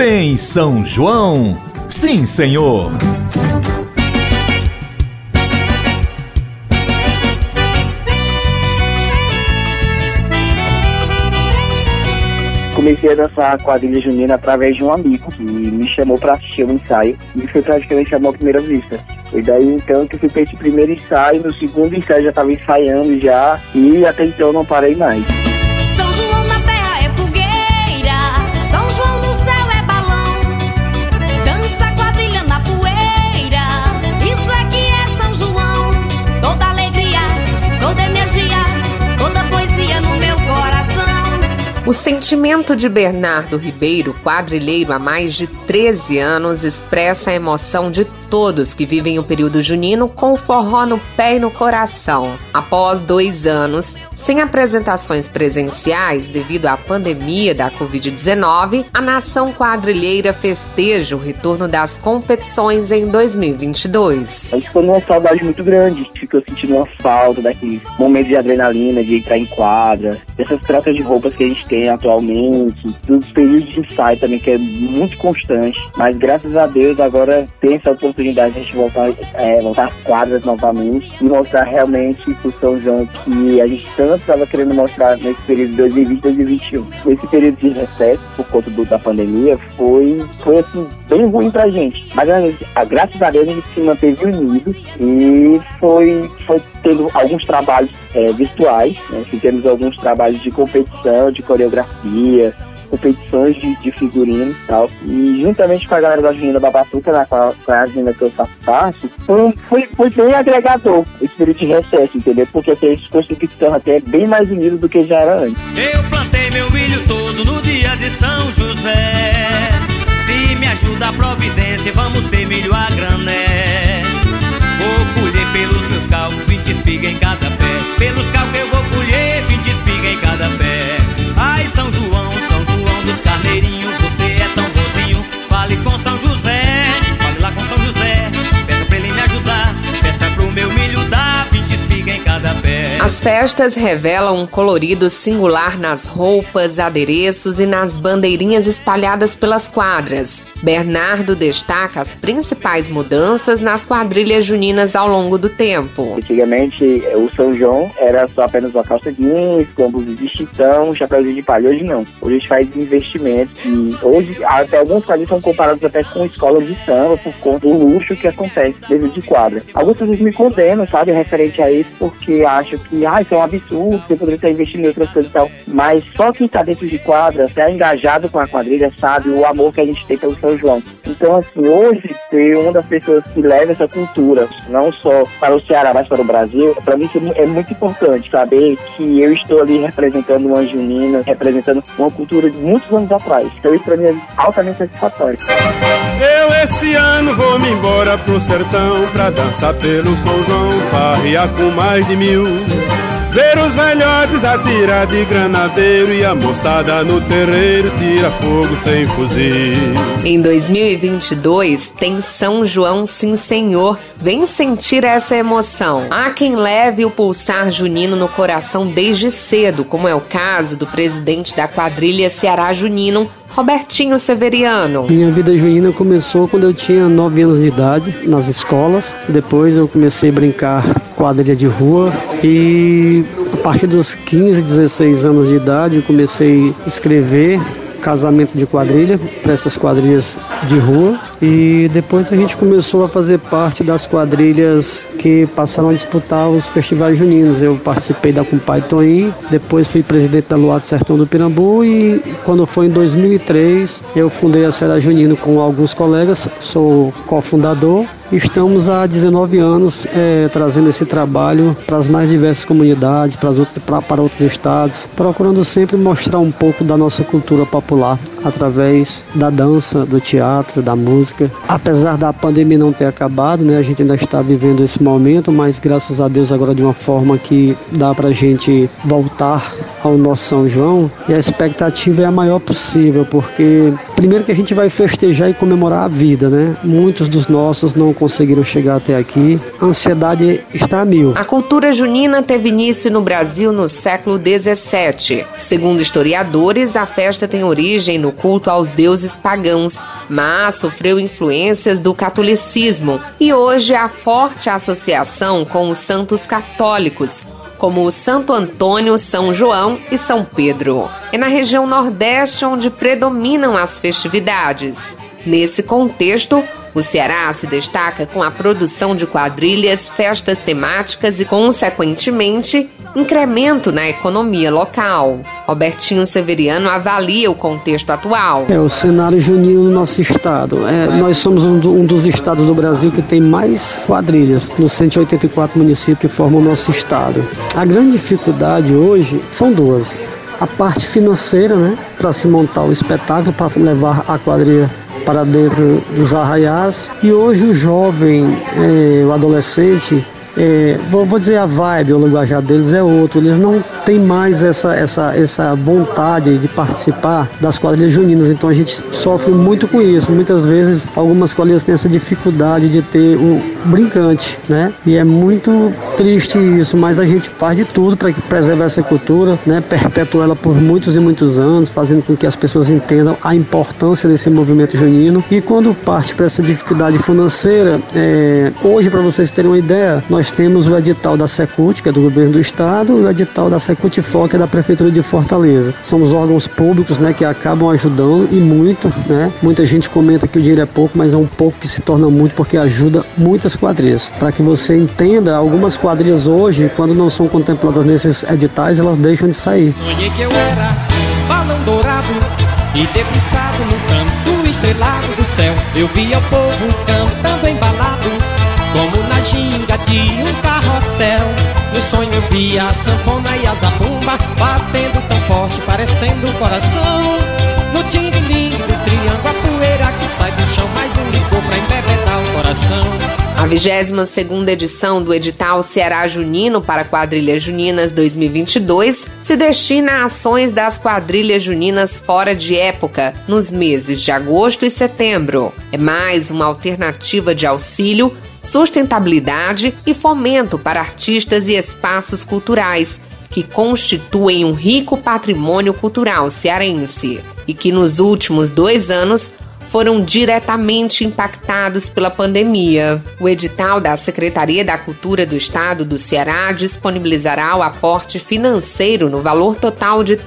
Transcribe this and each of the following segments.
Tem São João? Sim, senhor! Comecei a dançar quadrilha junina através de um amigo que me chamou para assistir um ensaio e foi praticamente a minha primeira vista. Foi daí então que eu fui para esse primeiro ensaio, no segundo ensaio já estava ensaiando já e até então eu não parei mais. São João na terra é fogueira, São João no céu é balão, dança quadrilha na poeira, isso é que é São João. Toda alegria, toda energia, toda poesia no meu coração. O sentimento de Bernardo Ribeiro, quadrilheiro há mais de 13 anos, expressa a emoção de todos que vivem o período junino com o forró no pé e no coração. Após 2 anos, sem apresentações presenciais devido à pandemia da Covid-19, a nação quadrilheira festeja o retorno das competições em 2022. Isso foi uma saudade muito grande, ficou sentindo uma falta daquele momento de adrenalina, de entrar em quadra, dessas trocas de roupas que a gente tem atualmente, dos períodos de ensaio também, que é muito constante, mas graças a Deus agora tem essa oportunidade de a gente voltar às quadras novamente e mostrar realmente o São João que a gente tanto estava querendo mostrar nesse período de 2020 e 2021. Esse período de recesso, por conta da pandemia, foi assim, bem ruim pra gente, mas graças a Deus a gente se manteve unido e foi tendo alguns trabalhos virtuais, né? Fizemos alguns trabalhos de competição, de coreografia, competições de figurino e tal. E juntamente com a galera da Junina Babaçuca, com a Junina que eu faço parte, foi bem agregador esse período de recesso, entendeu? Porque a gente conseguiu estar até bem mais unido do que já era antes. Eu plantei meu milho todo no dia de São José. Se me ajuda a providência, vamos ter milho a grané. Vou colher pelos meus cálculos 20 espigas em cada pé. Pelos cálculos eu vou colher 20 espigas em cada pé. Ai, São João dos carneirinhos, você é tão bonzinho. Fale com São José, fale lá com São José. Peça pra ele me ajudar, peça pro meu milho dar 20 espigas em cada pé. As festas revelam um colorido singular nas roupas, adereços e nas bandeirinhas espalhadas pelas quadras. Bernardo destaca as principais mudanças nas quadrilhas juninas ao longo do tempo. Antigamente, o São João era só apenas uma calça jeans, com blusa de chitão, chapéuzinho de palha. Hoje não. Hoje a gente faz investimentos e hoje até alguns quadrilhas são comparados até com escolas de samba por conta do luxo que acontece dentro de quadra. Algumas pessoas me condenam, sabe, referente a isso, porque acham que isso é um absurdo, você poderia estar investindo em outras coisas e tal. Mas só quem está dentro de quadra, se é engajado com a quadrilha, sabe o amor que a gente tem pelo São João. Então, assim, hoje, ser uma das pessoas que leva essa cultura, não só para o Ceará, mas para o Brasil, para mim é muito importante saber que eu estou ali representando uma junina, representando uma cultura de muitos anos atrás. Então, isso para mim é altamente satisfatório. Eu esse ano vou me embora pro sertão pra dançar pelo São João, farrear com mais de 1000. Ver os velhotes atirar de granadeiro e a moçada no terreiro tira fogo sem fuzil. Em 2022 tem São João Sim Senhor. Vem sentir essa emoção. Há quem leve o pulsar junino no coração desde cedo, como é o caso do presidente da quadrilha Ceará Junino, Robertinho Severiano. Minha vida junina começou quando eu tinha 9 anos de idade, nas escolas. Depois eu comecei a brincar quadrilha de rua e a partir dos 15, 16 anos de idade eu comecei a escrever casamento de quadrilha para essas quadrilhas de rua e depois a gente começou a fazer parte das quadrilhas que passaram a disputar os festivais juninos. Eu participei da Compadre Toim, depois fui presidente da Luar do Sertão do Pirambu e quando foi em 2003 eu fundei a Ceará Junino com alguns colegas, sou cofundador. Estamos há 19 anos trazendo esse trabalho para as mais diversas comunidades, para outros estados, procurando sempre mostrar um pouco da nossa cultura popular através da dança, do teatro, da música. Apesar da pandemia não ter acabado, né, a gente ainda está vivendo esse momento, mas graças a Deus agora de uma forma que dá para a gente voltar ao nosso São João e a expectativa é a maior possível, porque primeiro que a gente vai festejar e comemorar a vida, né? Muitos dos nossos não conseguiram chegar até aqui, a ansiedade está a mil. A cultura junina teve início no Brasil no século XVII. Segundo historiadores, a festa tem origem no culto aos deuses pagãos, mas sofreu influências do catolicismo e hoje há forte associação com os santos católicos, como o Santo Antônio, São João e São Pedro. É na região Nordeste onde predominam as festividades. Nesse contexto, o Ceará se destaca com a produção de quadrilhas, festas temáticas e, consequentemente, incremento na economia local. Robertinho Severiano avalia o contexto atual. O cenário junino no nosso estado. Nós somos um dos estados do Brasil que tem mais quadrilhas, nos 184 municípios que formam o nosso estado. A grande dificuldade hoje são duas. A parte financeira, né, para se montar o espetáculo, para levar a quadrilha para dentro dos arraiais. E hoje o jovem, o adolescente, vou dizer a vibe, o linguajar deles é outro. Eles não têm mais essa vontade de participar das quadrilhas juninas, então a gente sofre muito com isso. Muitas vezes algumas quadrilhas têm essa dificuldade de ter um brincante, né? E é muito triste isso, mas a gente faz de tudo para preservar essa cultura, né? Perpetuar ela por muitos e muitos anos, fazendo com que as pessoas entendam a importância desse movimento junino. E quando parte para essa dificuldade financeira, hoje, para vocês terem uma ideia, nós temos o edital da Secult, que é do governo do estado, e o edital da Secult-FO, que é da prefeitura de Fortaleza. São os órgãos públicos, né, que acabam ajudando e muito, né? Muita gente comenta que o dinheiro é pouco, mas é um pouco que se torna muito porque ajuda muitas quadrilhas. Para que você entenda, algumas quadrilhas hoje, quando não são contempladas nesses editais, elas deixam de sair. Sonhei que eu era balão dourado e debruçado no canto estrelado do céu. Eu via o povo cantando embalado, como na ginga de um carrossel. No sonho eu via a sanfona e a zabumba batendo tão forte, parecendo um coração. No tingue-lingue do triângulo, a poeira que sai do chão, mais um licor pra embebedar o coração. A 22ª edição do edital Ceará Junino para Quadrilhas Juninas 2022 se destina a ações das quadrilhas juninas fora de época, nos meses de agosto e setembro. É mais uma alternativa de auxílio, sustentabilidade e fomento para artistas e espaços culturais, que constituem um rico patrimônio cultural cearense e que nos últimos 2 anos foram diretamente impactados pela pandemia. O edital da Secretaria da Cultura do Estado do Ceará disponibilizará o aporte financeiro no valor total de R$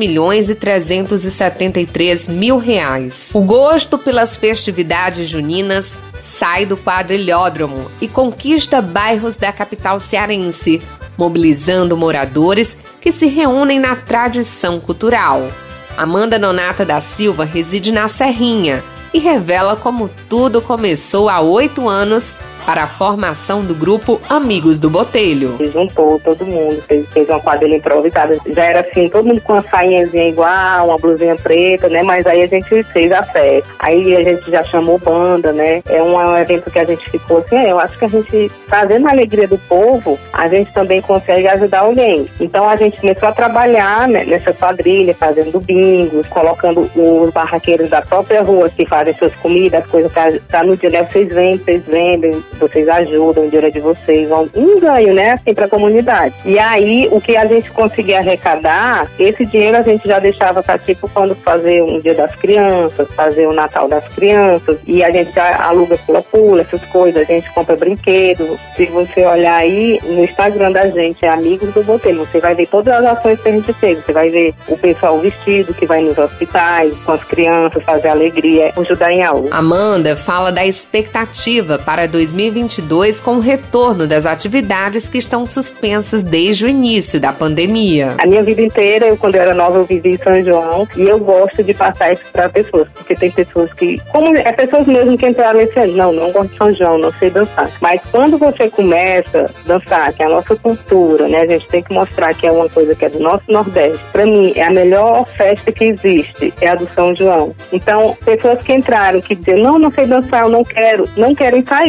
3.373.000. O gosto pelas festividades juninas sai do quadrilhódromo e conquista bairros da capital cearense, mobilizando moradores que se reúnem na tradição cultural. Amanda Nonata da Silva reside na Serrinha e revela como tudo começou há 8 anos para a formação do grupo Amigos do Botelho. Juntou todo mundo, fez uma quadrilha improvisada. Já era assim, todo mundo com uma sainhazinha igual, uma blusinha preta, né? Mas aí a gente fez a festa. Aí a gente já chamou banda, né? É um evento que a gente ficou assim, eu acho que a gente, fazendo a alegria do povo, a gente também consegue ajudar alguém. Então a gente começou a trabalhar, né, nessa quadrilha, fazendo bingos, colocando os barraqueiros da própria rua que fazem suas comidas, as coisas pra no dia, né? Vocês vendem, vocês ajudam, o dinheiro é de vocês, um ganho, né, assim, para a comunidade. E aí, o que a gente conseguia arrecadar, esse dinheiro a gente já deixava para, tipo, quando fazer um dia das crianças, fazer o Natal das crianças, e a gente já aluga pula-pula, essas coisas, a gente compra brinquedos. Se você olhar aí, no Instagram da gente, é Amigos do Botelho, você vai ver todas as ações que a gente fez, você vai ver o pessoal vestido, que vai nos hospitais, com as crianças, fazer alegria, ajudar em aula. Amanda fala da expectativa para 2022 com o retorno das atividades que estão suspensas desde o início da pandemia. A minha vida inteira, quando eu era nova, eu vivi em São João e eu gosto de passar isso para pessoas, porque tem pessoas que, como é pessoas mesmo que entraram esse ano, não gosto de São João, não sei dançar. Mas quando você começa a dançar, que é a nossa cultura, né, a gente tem que mostrar que é uma coisa que é do nosso Nordeste. Para mim, é a melhor festa que existe, é a do São João. Então, pessoas que entraram, que diziam, não sei dançar, eu não querem sair. Porque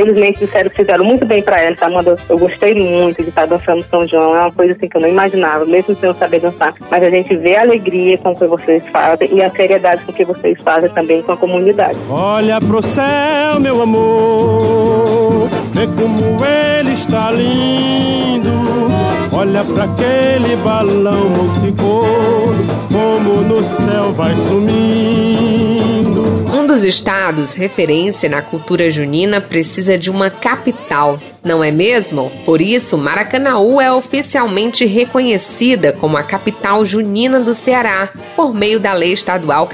Felizmente disseram que fizeram muito bem pra ela, Amanda. Eu gostei muito de estar dançando São João. É uma coisa assim que eu não imaginava, mesmo sem eu saber dançar. Mas a gente vê a alegria com que vocês fazem e a seriedade com que vocês fazem também com a comunidade. Olha pro céu, meu amor, vê como ele está lindo. Olha pra aquele balão multicolor, como no céu vai sumindo. Um dos estados referência na cultura junina precisa de uma capital, não é mesmo? Por isso, Maracanaú é oficialmente reconhecida como a capital junina do Ceará, por meio da Lei Estadual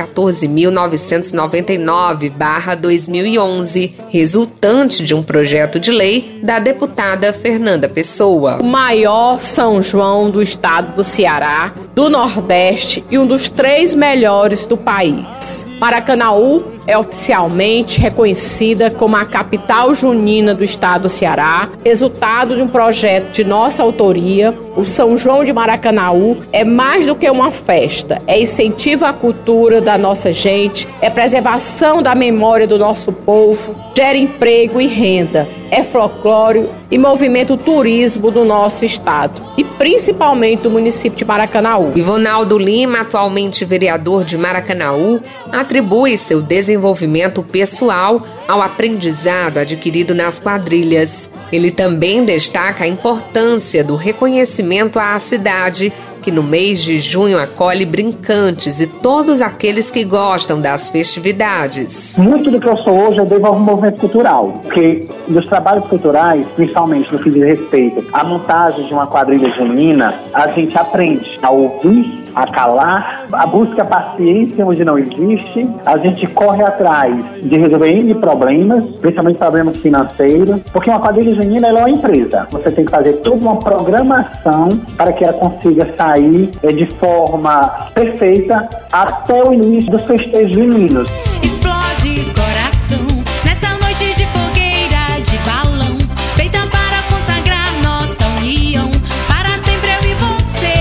14.999/2011, resultante de um projeto de lei da deputada Fernanda Pessoa. O maior São João do estado do Ceará, do Nordeste e um dos 3 melhores do país. Maracanaú é oficialmente reconhecida como a capital junina do estado do Ceará, resultado de um projeto de nossa autoria. O São João de Maracanaú é mais do que uma festa, é incentivo à cultura da nossa gente, é preservação da memória do nosso povo, gera emprego e renda, é folclore e movimento turismo do nosso estado e principalmente do município de Maracanaú. Ivonaldo Lima, atualmente vereador de Maracanaú, atribui seu desenvolvimento pessoal ao aprendizado adquirido nas quadrilhas. Ele também destaca a importância do reconhecimento à cidade, que no mês de junho acolhe brincantes e todos aqueles que gostam das festividades. Muito do que eu sou hoje eu devo ao movimento cultural, porque nos trabalhos culturais, principalmente no que diz respeito à montagem de uma quadrilha junina, a gente aprende a ouvir, a calar, a busca paciência onde não existe, a gente corre atrás de resolver N problemas, principalmente problemas financeiros, porque uma quadrilha junina ela é uma empresa. Você tem que fazer toda uma programação para que ela consiga sair de forma perfeita até o início dos festejos juninos. Explode coração nessa noite de fogueira de balão, feita para consagrar nossa união, para sempre eu e você.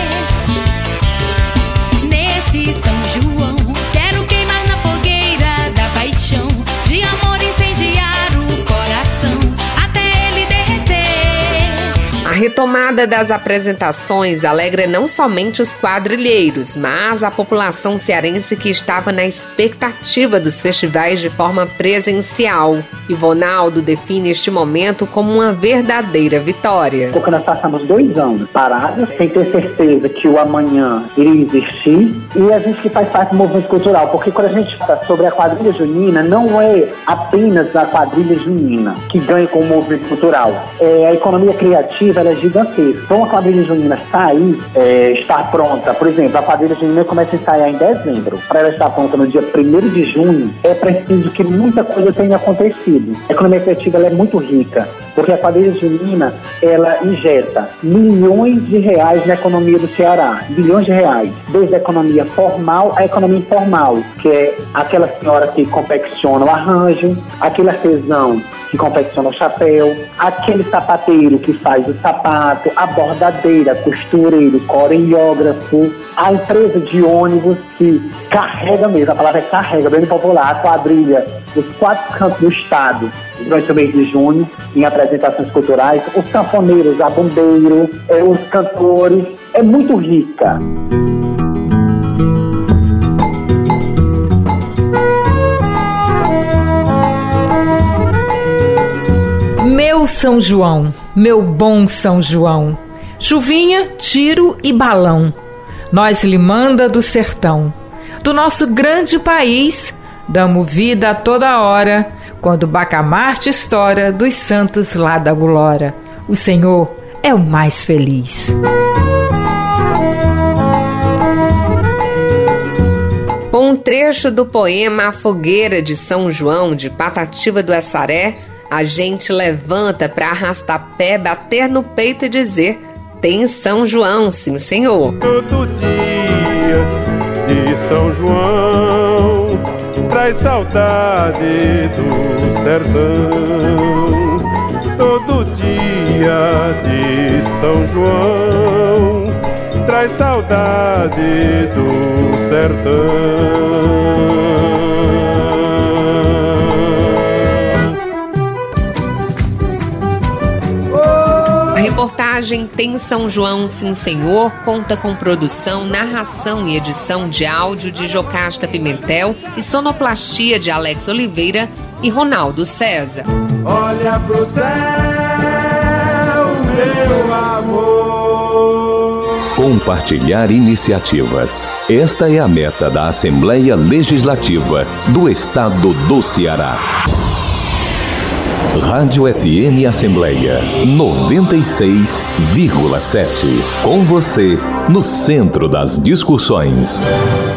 Nesse São João, quero queimar na fogueira da paixão, de amor incendiar o coração, até ele derreter. A retomada das apresentações alegra não somente os quadrilheiros, mas a população cearense que estava na expectativa dos festivais de forma presencial. Ivonaldo define este momento como uma verdadeira vitória. Porque nós passamos 2 anos parados, sem ter certeza que o amanhã iria existir, e a gente que faz parte do movimento cultural, porque quando a gente fala sobre a quadrilha junina, não é apenas a quadrilha junina que ganha com o movimento cultural. A economia criativa ela é gigantesca. Então a quadrilha junina sair, estar pronta, por exemplo, a quadrilha junina começa a ensaiar em dezembro. Para ela estar pronta no dia 1º de junho, é preciso que muita coisa tenha acontecido. A economia criativa ela é muito rica, porque a quadrilha junina ela injeta milhões de reais na economia do Ceará, bilhões de reais, desde a economia formal à economia informal, que é aquela senhora que confecciona o arranjo, aquele artesão que confecciona o chapéu, aquele sapateiro que faz o sapato, a bordadeira, costureiro, coreógrafo, a empresa de ônibus que carrega mesmo, a palavra é carrega, bem popular, a quadrilha dos 4 cantos do estado durante o mês de junho, em apresentações culturais, os sanfoneiros, a bombeiro, os cantores, é muito rica. Meu São João, meu bom São João, chuvinha, tiro e balão, nós lhe manda do sertão, do nosso grande país, damos vida a toda hora, quando o bacamarte estoura dos santos lá da Glória. O Senhor é o mais feliz. Com um trecho do poema A Fogueira de São João, de Patativa do Assaré, a gente levanta para arrastar pé, bater no peito e dizer: tem São João, sim senhor. Todo dia de São João traz saudade do sertão. Todo dia de São João traz saudade do sertão. reportagem Tem São João, Sim Senhor conta com produção, narração e edição de áudio de Jocasta Pimentel e sonoplastia de Alex Oliveira e Ronaldo César. Olha pro céu, meu amor. Compartilhar iniciativas. Esta é a meta da Assembleia Legislativa do Estado do Ceará. Rádio FM Assembleia 96,7. Com você, no centro das discussões.